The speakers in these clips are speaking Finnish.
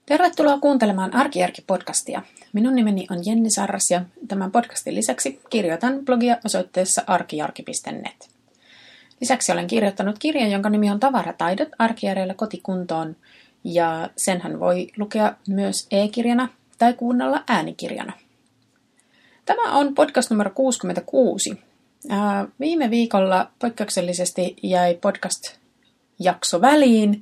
Tervetuloa kuuntelemaan Arkijärki-podcastia. Minun nimeni on Jenni Sarras ja tämän podcastin lisäksi kirjoitan blogia osoitteessa arkijarki.net. Lisäksi olen kirjoittanut kirjan, jonka nimi on Tavarataidot arkijärjellä kotikuntoon, ja senhän voi lukea myös e-kirjana tai kuunnella äänikirjana. Tämä on podcast numero 66. Viime viikolla poikkeuksellisesti jäi podcast-jakso väliin.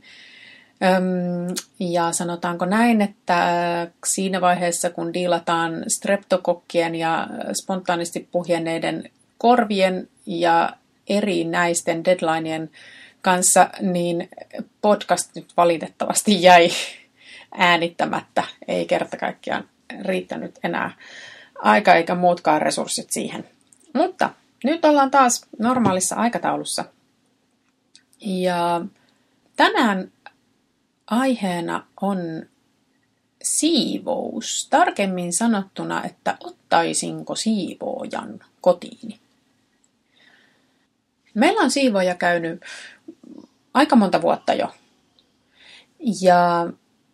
Ja sanotaanko näin, että siinä vaiheessa, kun diilataan streptokokkien ja spontaanisti puhjenneiden korvien ja erinäisten deadlineien kanssa, niin podcast nyt valitettavasti jäi äänittämättä. Ei kerta kaikkiaan riittänyt enää aika eikä muutkaan resurssit siihen. Mutta nyt ollaan taas normaalissa aikataulussa. Ja tänään aiheena on siivous. Tarkemmin sanottuna, että ottaisinko siivoojan kotiini. Meillä on siivooja käynyt aika monta vuotta jo. Ja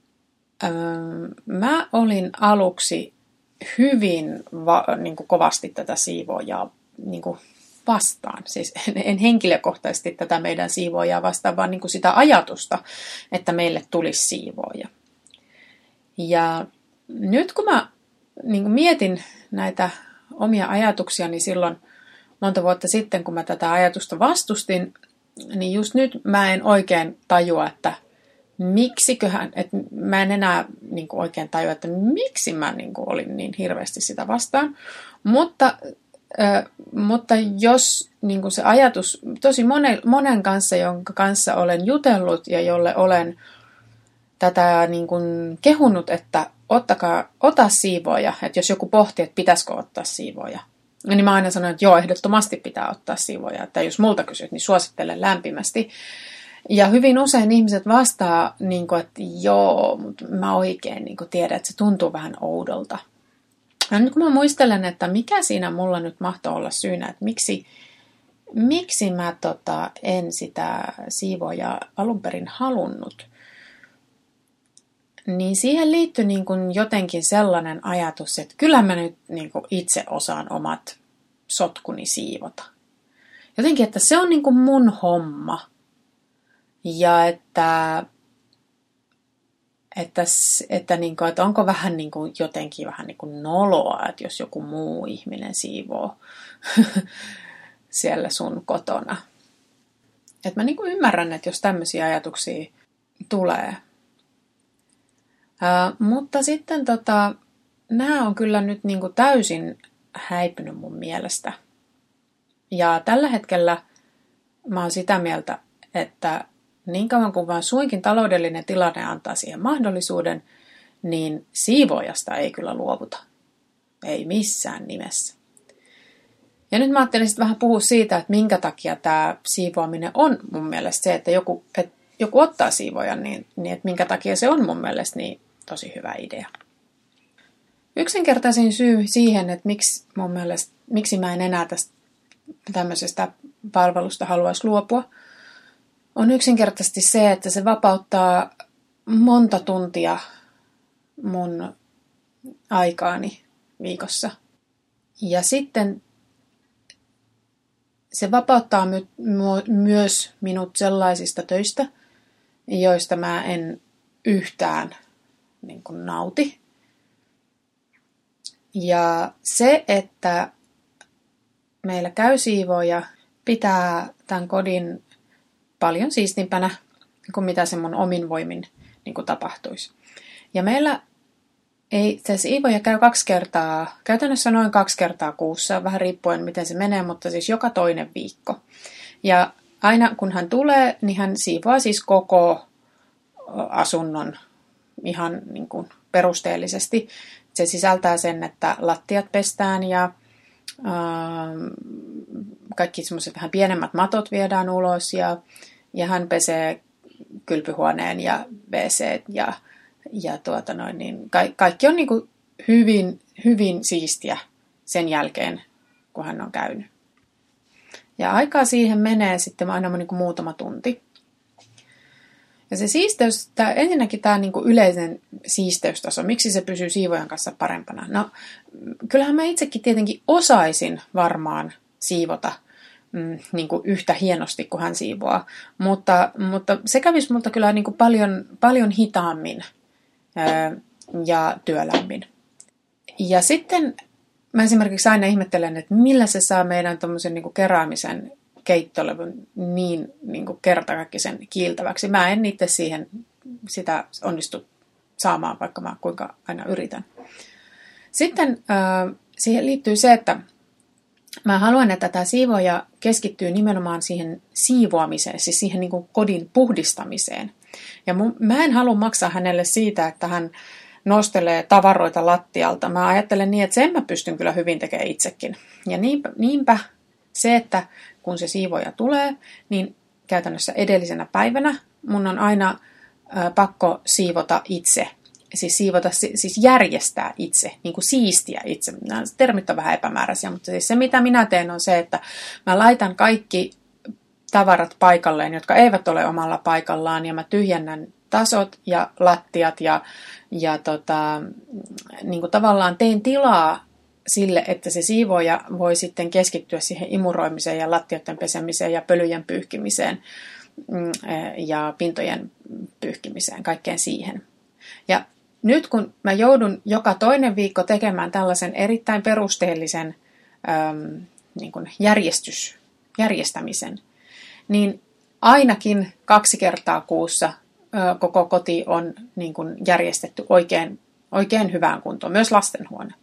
mä olin aluksi hyvin kovasti tätä siivoojaa vastaan. Siis en henkilökohtaisesti tätä meidän siivoojaa vastaan, vaan sitä ajatusta, että meille tulisi siivooja. Ja nyt kun mä mietin näitä omia ajatuksiani silloin monta vuotta sitten, kun mä tätä ajatusta vastustin, niin just nyt mä en oikein tajua, että miksiköhän, että mä en enää oikein tajua, että miksi mä olin niin hirveästi sitä vastaan. Mutta jos se ajatus tosi monen kanssa, jonka kanssa olen jutellut ja jolle olen tätä kehunut, että ota siivooja, että jos joku pohtii, että pitäisikö ottaa siivooja, niin mä aina sanon, että joo, ehdottomasti pitää ottaa siivooja, että jos multa kysyt, niin suosittelen lämpimästi. Ja hyvin usein ihmiset vastaa, että joo, mutta mä oikein tiedän, että se tuntuu vähän oudolta. Ja nyt kun mä muistelen, että mikä siinä mulla nyt mahtoi olla syynä, että miksi mä en sitä siivoojaa alun perin halunnut, niin siihen liittyi jotenkin sellainen ajatus, että kyllä mä nyt itse osaan omat sotkuni siivota. Jotenkin, että se on mun homma. Ja että onko vähän jotenkin vähän noloa, että jos joku muu ihminen siivoo siellä sun kotona. Että mä ymmärrän, että jos tämmöisiä ajatuksia tulee. Mutta sitten nämä on kyllä nyt täysin häipynyt mun mielestä. Ja tällä hetkellä mä oon sitä mieltä, että niin kauan kuin vaan suinkin taloudellinen tilanne antaa siihen mahdollisuuden, niin siivoojasta ei kyllä luovuta. Ei missään nimessä. Ja nyt mä ajattelin sitten vähän puhua siitä, että minkä takia tämä siivoaminen on mun mielestä se, että joku ottaa siivoojan, niin että minkä takia se on mun mielestä niin tosi hyvä idea. Yksinkertaisin syy siihen, että miksi mä en enää tästä tämmöisestä palvelusta haluaisi luopua, on yksinkertaisesti se, että se vapauttaa monta tuntia mun aikaani viikossa. Ja sitten se vapauttaa myös minut sellaisista töistä, joista mä en yhtään nauti. Ja se, että meillä käy siivooja, pitää tämän kodin paljon siistimpänä kuin mitä se mun omin voimin tapahtuisi. Ja meillä se siivooja käy 2 kertaa, käytännössä noin 2 kertaa kuussa, vähän riippuen miten se menee, mutta siis joka toinen viikko. Ja aina kun hän tulee, niin hän siivoaa siis koko asunnon ihan perusteellisesti. Se sisältää sen, että lattiat pestään ja kaikki semmoiset vähän pienemmät matot viedään ulos ja hän pesee kylpyhuoneen ja WC ja kaikki on hyvin, hyvin siistiä sen jälkeen, kun hän on käynyt. Ja aikaa siihen menee sitten aina muutama tunti. Ja se siisteys, ensinnäkin tämä niinku yleinen siisteystaso, miksi se pysyy siivojan kanssa parempana? No, kyllähän mä itsekin tietenkin osaisin varmaan siivota niinku yhtä hienosti kuin hän siivoaa, mutta se kävisi multa kyllä niinku paljon hitaammin ja työlämmin. Ja sitten mä esimerkiksi aina ihmettelen, että millä se saa meidän tommosen niinku keräämisen keittolevyn niin kuin kertakaikkisen kiiltäväksi. Mä en itse sitä onnistu saamaan, vaikka mä kuinka aina yritän. Sitten siihen liittyy se, että mä haluan, että tämä siivoaja keskittyy nimenomaan siihen siivoamiseen, siis siihen niin kuin kodin puhdistamiseen. Ja mä en halua maksaa hänelle siitä, että hän nostelee tavaroita lattialta. Mä ajattelen niin, että sen mä pystyn kyllä hyvin tekemään itsekin. Ja niinpä se, että kun se siivoja tulee, niin käytännössä edellisenä päivänä mun on aina pakko siivota itse. Siis järjestää itse, niin kuin siistiä itse. Nämä termit on vähän epämääräisiä, mutta siis se mitä minä teen on se, että mä laitan kaikki tavarat paikalleen, jotka eivät ole omalla paikallaan, ja mä tyhjennän tasot ja lattiat ja niin kuin tavallaan teen tilaa sille, että se siivoaja voi sitten keskittyä siihen imuroimiseen ja lattioiden pesemiseen ja pölyjen pyyhkimiseen ja pintojen pyyhkimiseen, kaikkeen siihen. Ja nyt kun mä joudun joka toinen viikko tekemään tällaisen erittäin perusteellisen niin kuin järjestämisen, niin ainakin 2 kertaa kuussa koko koti on niin kuin järjestetty oikein hyvään kuntoon, myös lastenhuone.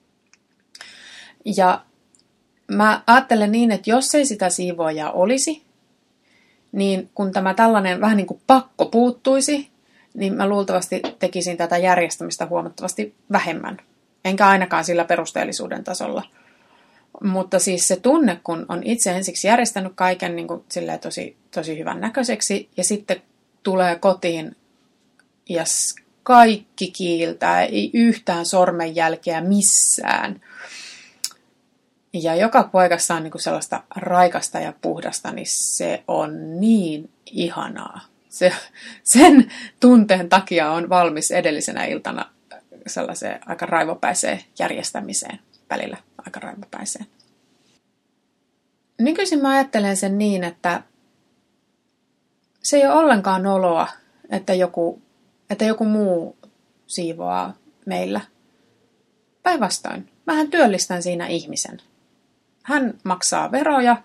Ja mä ajattelen niin, että jos ei sitä siivoajaa olisi, niin kun tämä tällainen vähän niin kuin pakko puuttuisi, niin mä luultavasti tekisin tätä järjestämistä huomattavasti vähemmän. Enkä ainakaan sillä perusteellisuuden tasolla. Mutta siis se tunne, kun on itse ensiksi järjestänyt kaiken niin kuin silleen tosi hyvän näköiseksi, ja sitten tulee kotiin ja kaikki kiiltää, ei yhtään sormenjälkeä missään. Ja joka paikassa on niinku sellaista raikasta ja puhdasta, niin se on niin ihanaa. Sen tunteen takia on valmis edellisenä iltana sellaiseen aika raivopäiseen järjestämiseen, välillä aika raivopäiseen. Nykyisin mä ajattelen sen niin, että se ei ole ollenkaan oloa, että joku muu siivoaa meillä. Päinvastoin, mähän työllistän siinä ihmisen. Hän maksaa veroja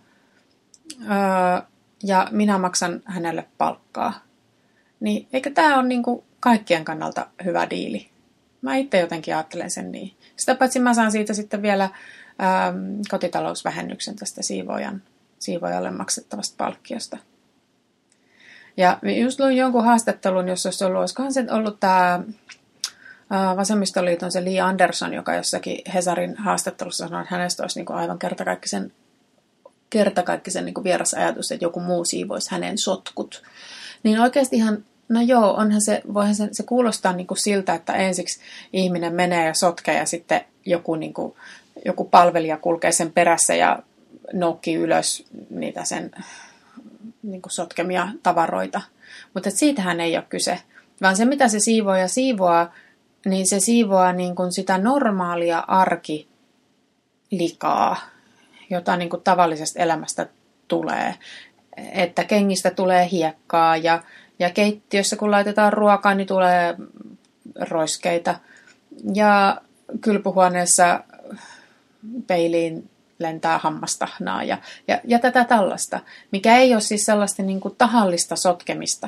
ja minä maksan hänelle palkkaa. Niin eikö tämä ole niinku kaikkien kannalta hyvä diili? Mä itse jotenkin ajattelen sen niin. Sitä paitsi mä saan siitä sitten vielä kotitalousvähennyksen tästä siivoojalle maksettavasta palkkiosta. Ja just luin jonkun haastattelun, jossa olisi ollut, olisikohan se ollut tämä Vasemmistoliiton se Li Andersson, joka jossakin Hesarin haastattelussa sanoi, että hänestä olisi niin kuin aivan kertakaikkisen niin kuin vieras ajatus, että joku muu siivoisi hänen sotkut. Niin oikeasti ihan, no joo, voihan se kuulostaa niin kuin siltä, että ensiksi ihminen menee ja sotkee ja sitten joku palvelija kulkee sen perässä ja noukkii ylös niitä sen niin kuin sotkemia tavaroita. Mutta siitähän ei ole kyse, vaan se mitä se siivooja siivoaa, niin se siivoaa niin kuin sitä normaalia arkilikaa, jota niin kuin tavallisesta elämästä tulee. Että kengistä tulee hiekkaa ja keittiössä kun laitetaan ruokaa, niin tulee roiskeita. Ja kylpyhuoneessa peiliin lentää hammastahnaa ja tätä tällaista, mikä ei ole siis sellaista niin kuin tahallista sotkemista.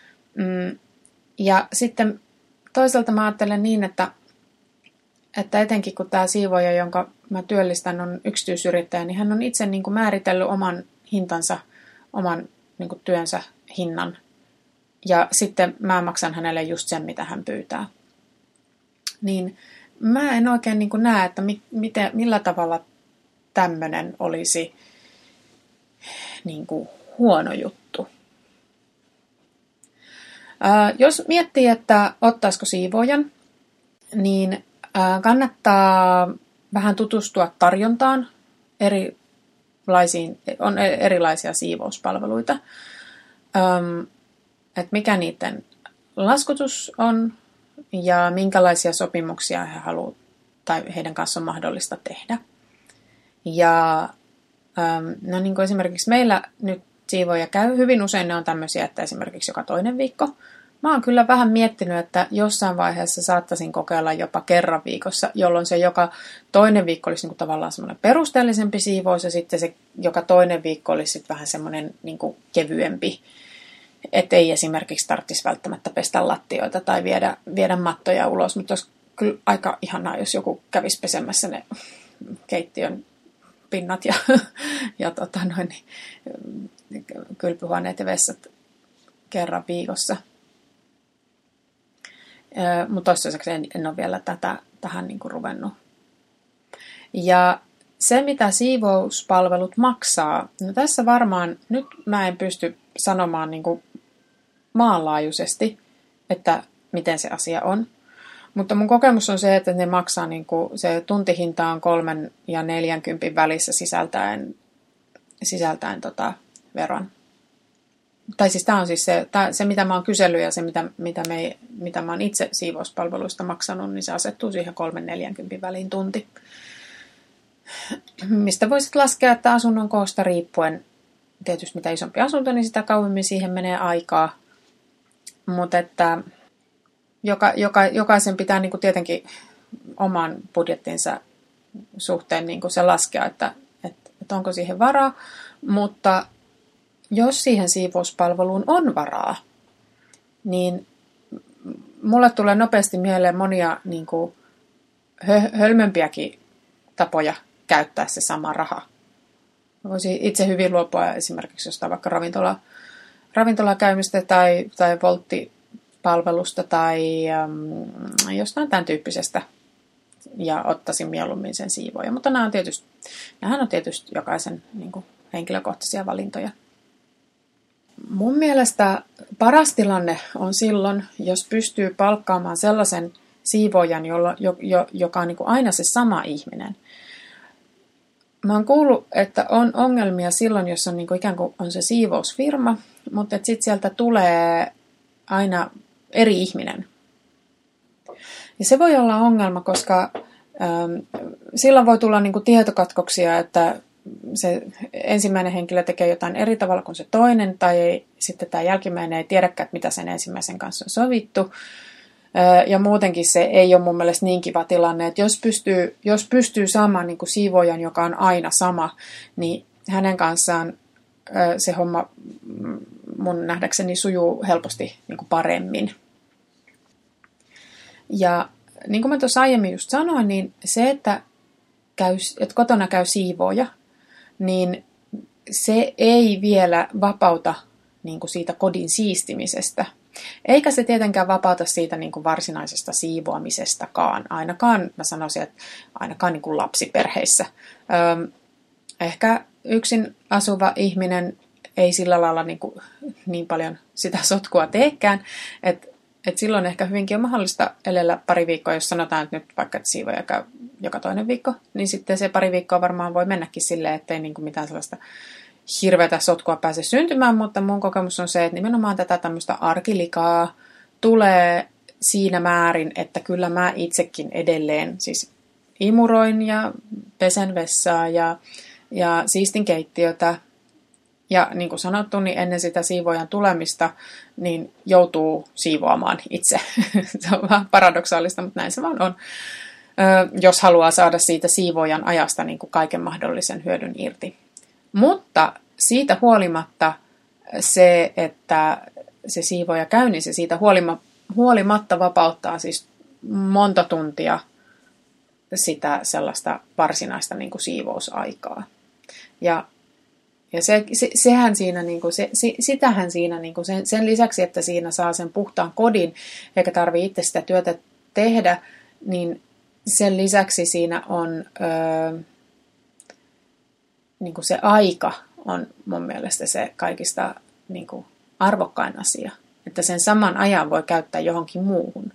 Ja sitten toisaalta mä ajattelen niin, että etenkin kun tämä siivooja, jonka mä työllistän, on yksityisyrittäjä, niin hän on itse niin kuin määritellyt oman hintansa, oman niin kuin työnsä hinnan. Ja sitten mä maksan hänelle just sen, mitä hän pyytää. Niin mä en oikein niin kuin näe, että millä tavalla tämmöinen olisi niin kuin huono juttu. Jos miettii, että ottaisiko siivoojan, niin kannattaa vähän tutustua tarjontaan. On erilaisia siivouspalveluita. että mikä niiden laskutus on ja minkälaisia sopimuksia he haluavat tai heidän kanssa on mahdollista tehdä. Ja no niin kuin esimerkiksi meillä nyt siivoja käy hyvin usein, ne on tämmöisiä, että esimerkiksi joka toinen viikko. Mä oon kyllä vähän miettinyt, että jossain vaiheessa saattaisin kokeilla jopa kerran viikossa, jolloin se joka toinen viikko olisi niin kuin tavallaan semmoinen perusteellisempi siivous ja sitten se joka toinen viikko olisi sitten vähän semmoinen niin kuin kevyempi. Että ei esimerkiksi tarvitsisi välttämättä pestä lattioita tai viedä mattoja ulos, mutta olisi kyllä aika ihanaa, jos joku kävisi pesemässä ne keittiön pinnat ja kylpyhuoneet ja vessat kerran viikossa. Mutta toistaiseksi en ole vielä tähän niin kuin ruvennut. Ja se, mitä siivouspalvelut maksaa, no tässä varmaan, nyt mä en pysty sanomaan niin kuin maanlaajuisesti, että miten se asia on. Mutta mun kokemus on se, että ne maksaa, niin kuin, se tuntihinta on 3 ja 40 välissä sisältäen veron. Tai siis tämä on siis se, mitä mä oon kysellyt ja se, mitä mä oon itse siivouspalveluista maksanut, niin se asettuu siihen 3-40 väliin tunti. Mistä voisit laskea, että asunnon koosta riippuen, tietysti mitä isompi asunto, niin sitä kauemmin siihen menee aikaa. Mutta että jokaisen pitää niin kuin tietenkin oman budjettinsa suhteen niin kuin se laskea, että onko siihen varaa. Mutta jos siihen siivouspalveluun on varaa, niin mulle tulee nopeasti mieleen monia niin kuin hölmömpiäkin tapoja käyttää se sama raha. Voisin itse hyvin luopua esimerkiksi jostain vaikka ravintolakäymistä tai volttipalvelusta tai jostain tämän tyyppisestä ja ottaisin mieluummin sen siivoja. Mutta nämähän on tietysti jokaisen niin kuin henkilökohtaisia valintoja. Mun mielestä paras tilanne on silloin, jos pystyy palkkaamaan sellaisen siivoojan, joka on niin kuin aina se sama ihminen. Mä oon kuullut, että on ongelmia silloin, jos on niin kuin ikään kuin on se siivousfirma, mutta sitten sieltä tulee aina eri ihminen. Ja se voi olla ongelma, koska silloin voi tulla niin kuin tietokatkoksia, että se ensimmäinen henkilö tekee jotain eri tavalla kuin se toinen, tai sitten tämä jälkimmäinen ei tiedäkään, mitä sen ensimmäisen kanssa on sovittu. Ja muutenkin se ei ole mun mielestä niin kiva tilanne, että jos pystyy saamaan niin kuin siivoojan, joka on aina sama, niin hänen kanssaan se homma mun nähdäkseni sujuu helposti niin kuin paremmin. Ja niin kuin mä tuossa aiemmin just sanoin, niin se, että kotona käy siivooja, niin se ei vielä vapauta niin kuin siitä kodin siistimisestä. Eikä se tietenkään vapauta siitä niin kuin varsinaisesta siivoamisestakaan. Ainakaan, mä sanoisin, että ainakaan niin kuin lapsiperheissä. Ehkä yksin asuva ihminen ei sillä lailla niin paljon sitä sotkua teekään, että silloin ehkä hyvinkin on mahdollista elellä pari viikkoa, jos sanotaan, että nyt vaikka että siivoja käy joka toinen viikko, niin sitten se pari viikkoa varmaan voi mennäkin silleen, ettei niin kuin mitään sellaista hirveätä sotkua pääse syntymään, mutta mun kokemus on se, että nimenomaan tätä tämmöistä arkilikaa tulee siinä määrin, että kyllä mä itsekin edelleen siis imuroin ja pesen vessaa ja siistin keittiötä. Ja niin kuin sanottu, niin ennen sitä siivoojan tulemista niin joutuu siivoamaan itse. Se on vähän paradoksaalista, mutta näin se vaan on. Jos haluaa saada siitä siivoojan ajasta niin kuin kaiken mahdollisen hyödyn irti. Mutta siitä huolimatta se, että se siivooja käy, niin se siitä huolimatta vapauttaa siis monta tuntia sitä sellaista varsinaista niin kuin siivousaikaa. Ja sehän siinä, niin kuin, sitähän siinä niin kuin sen lisäksi, että siinä saa sen puhtaan kodin, eikä tarvitse itse sitä työtä tehdä, niin sen lisäksi siinä on niin kuin se aika on mun mielestä se kaikista niin kuin arvokkain asia. Että sen saman ajan voi käyttää johonkin muuhun.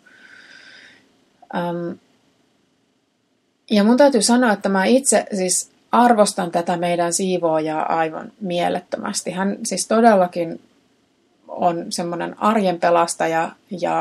Ja mun täytyy sanoa, että mä itse siis arvostan tätä meidän siivoojaa aivan mielettömästi. Hän siis todellakin on semmoinen arjen pelastaja ja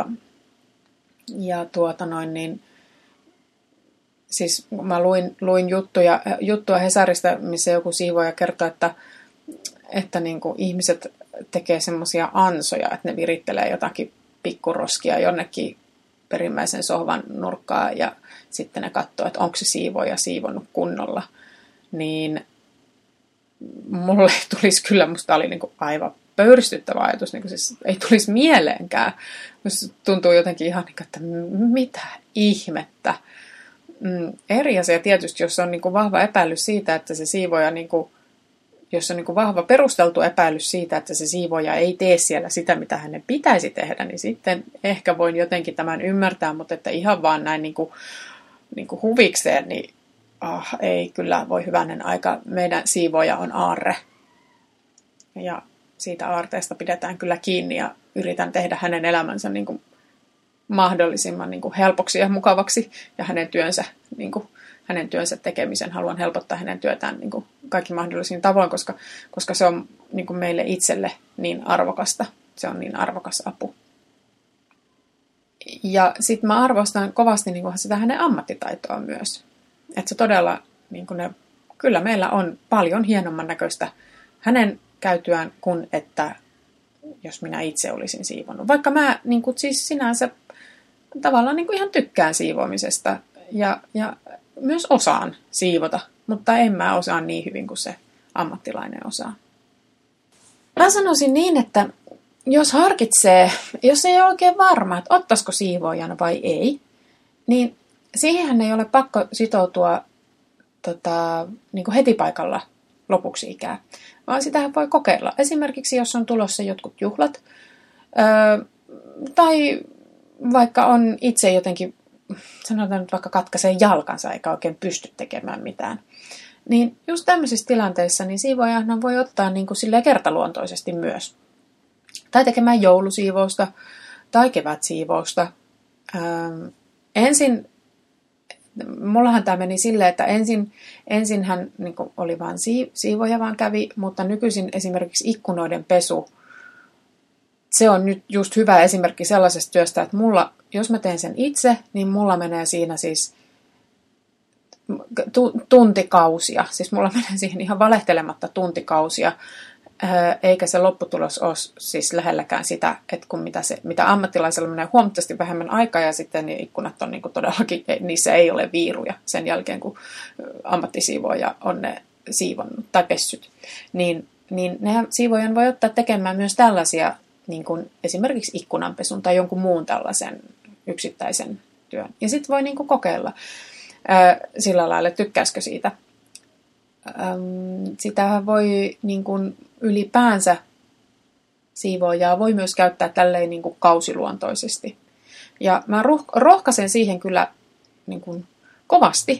siis mä luin juttua Hesarista, missä joku siivoaja kertoi, että niin kuin ihmiset tekee semmoisia ansoja, että ne virittelee jotakin pikkuroskia jonnekin perimmäisen sohvan nurkkaan ja sitten ne katsoo, että onko se siivoja siivonnut kunnolla. Niin mulle tulisi kyllä, musta oli niin kuin aivan pöyristyttävä ajatus, niin kuin siis ei tulisi mieleenkään. Musta tuntuu jotenkin ihan, että mitä ihmettä. Eri asia tietysti, jos on niin kuin vahva epäilys siitä, että se siivoja, niin kuin, jos on niin kuin vahva perusteltu epäilys siitä, että se siivoja ei tee siellä sitä, mitä hänen pitäisi tehdä, niin sitten ehkä voin jotenkin tämän ymmärtää, mutta että ihan vaan näin niin kuin huvikseen, niin ei kyllä voi hyvänen aika. Meidän siivoja on aarre. Ja siitä aarteesta pidetään kyllä kiinni ja yritän tehdä hänen elämänsä niin kuin mahdollisimman niin kuin helpoksi ja mukavaksi ja hänen työnsä tekemisen. Haluan helpottaa hänen työtään niin kuin kaikki mahdollisin tavoin, koska se on niin kuin meille itselle niin arvokasta. Se on niin arvokas apu. Ja sitten mä arvostan kovasti niin kuin sitä hänen ammattitaitoa myös. Että se todella, niin kuin kyllä meillä on paljon hienomman näköistä hänen käytyään kuin että jos minä itse olisin siivonnut. Vaikka mä niin kuin siis sinänsä tavallaan niin kuin ihan tykkään siivoamisesta ja myös osaan siivota, mutta en mä osaa niin hyvin kuin se ammattilainen osaa. Mä sanoisin niin, että jos harkitsee, jos ei ole oikein varma, että ottaisiko siivoojana vai ei, niin siihenhän ei ole pakko sitoutua niin kuin heti paikalla lopuksi ikää, vaan sitähän voi kokeilla. Esimerkiksi jos on tulossa jotkut juhlat, tai vaikka on itse jotenkin, sanotaan nyt vaikka katkaisee jalkansa eikä oikein pysty tekemään mitään, niin just tämmöisissä tilanteissa niin siivoojahan voi ottaa niin kuin silleen kertaluontoisesti myös. Tai tekemään joulusiivousta tai kevätsiivousta. Mullahan tämä meni silleen, että ensin hän niin kuin oli vain siivoja vaan kävi, mutta nykyisin esimerkiksi ikkunoiden pesu, se on nyt just hyvä esimerkki sellaisesta työstä, että jos mä teen sen itse, niin mulla menee siinä siis tuntikausia. Siis mulla menee siihen ihan valehtelematta tuntikausia, eikä se lopputulos ole siis lähelläkään sitä, että mitä ammattilaisella menee huomattavasti vähemmän aikaa ja sitten niin ikkunat on niin kuin todellakin, niissä ei ole viiruja sen jälkeen, kun ammattisiivooja on ne siivonnut tai pessyt. Niin ne siivoojan voi ottaa tekemään myös tällaisia, niin kuin esimerkiksi ikkunanpesun tai jonkun muun tällaisen yksittäisen työn. Ja sitten voi niin kuin kokeilla sillä lailla, tykkäisikö siitä. Sitähän voi niin kuin ylipäänsä siivoojaa voi myös käyttää tälleen niin kuin kausiluontoisesti. Ja mä rohkaisen siihen kyllä niin kuin kovasti,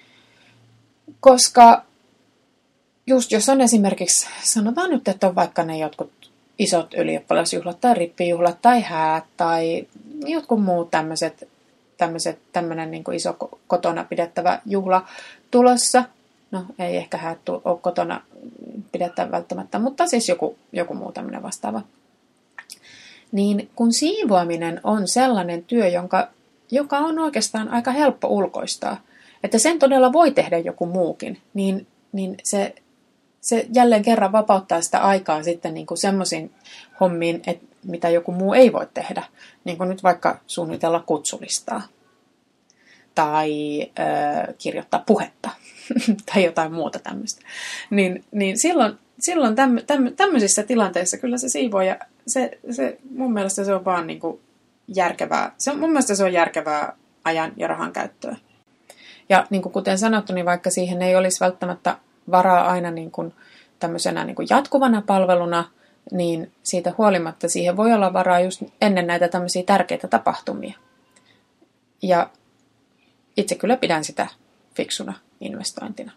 koska just jos on esimerkiksi, sanotaan nyt, että on vaikka ne jotkut isot ylioppilasjuhlat tai rippijuhlat tai häät tai jotkut muut tämmöinen niin kuin iso kotona pidettävä juhla tulossa. No ei ehkä häät ole kotona pidettävä välttämättä, mutta siis joku muu tämmöinen vastaava. Niin kun siivoaminen on sellainen työ, joka on oikeastaan aika helppo ulkoistaa, että sen todella voi tehdä joku muukin, niin se jälleen kerran vapauttaa sitä aikaa sitten niin kuin semmoisiin hommiin, mitä joku muu ei voi tehdä. Niin kuin nyt vaikka suunnitella kutsulistaa tai kirjoittaa puhetta tai jotain muuta tämmöistä. Niin silloin tämmöisissä tilanteissa kyllä se siivooja, mun mielestä se on vaan niin kuin järkevää. Mun mielestä se on järkevää ajan ja rahan käyttöä. Ja niin kuin kuten sanottu, niin vaikka siihen ei olisi välttämättä varaa aina niin kuin tämmöisenä niin kuin jatkuvana palveluna, niin siitä huolimatta siihen voi olla varaa just ennen näitä tämmöisiä tärkeitä tapahtumia. Ja itse kyllä pidän sitä fiksuna investointina.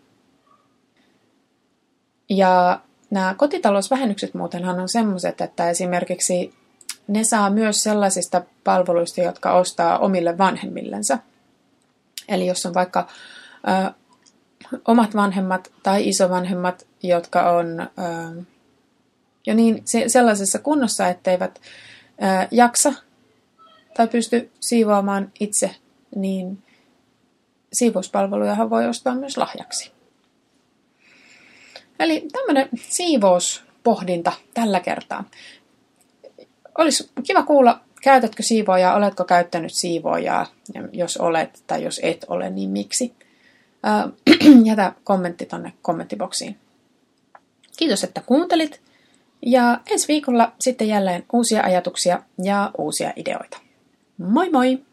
Ja nämä kotitalousvähennykset muutenhan on semmoiset, että esimerkiksi ne saa myös sellaisista palveluista, jotka ostaa omille vanhemmillensa. Eli jos on vaikka omat vanhemmat tai isovanhemmat, jotka on jo niin sellaisessa kunnossa, etteivät jaksa tai pysty siivoamaan itse, niin siivouspalvelujahan voi ostaa myös lahjaksi. Eli tämmöinen siivouspohdinta tällä kertaa. Olisi kiva kuulla, käytätkö siivoojaa, oletko käyttänyt siivoojaa, ja jos olet tai jos et ole, niin miksi. Jätä kommentti tonne kommenttiboksiin. Kiitos, että kuuntelit, ja ensi viikolla sitten jälleen uusia ajatuksia ja uusia ideoita. Moi moi!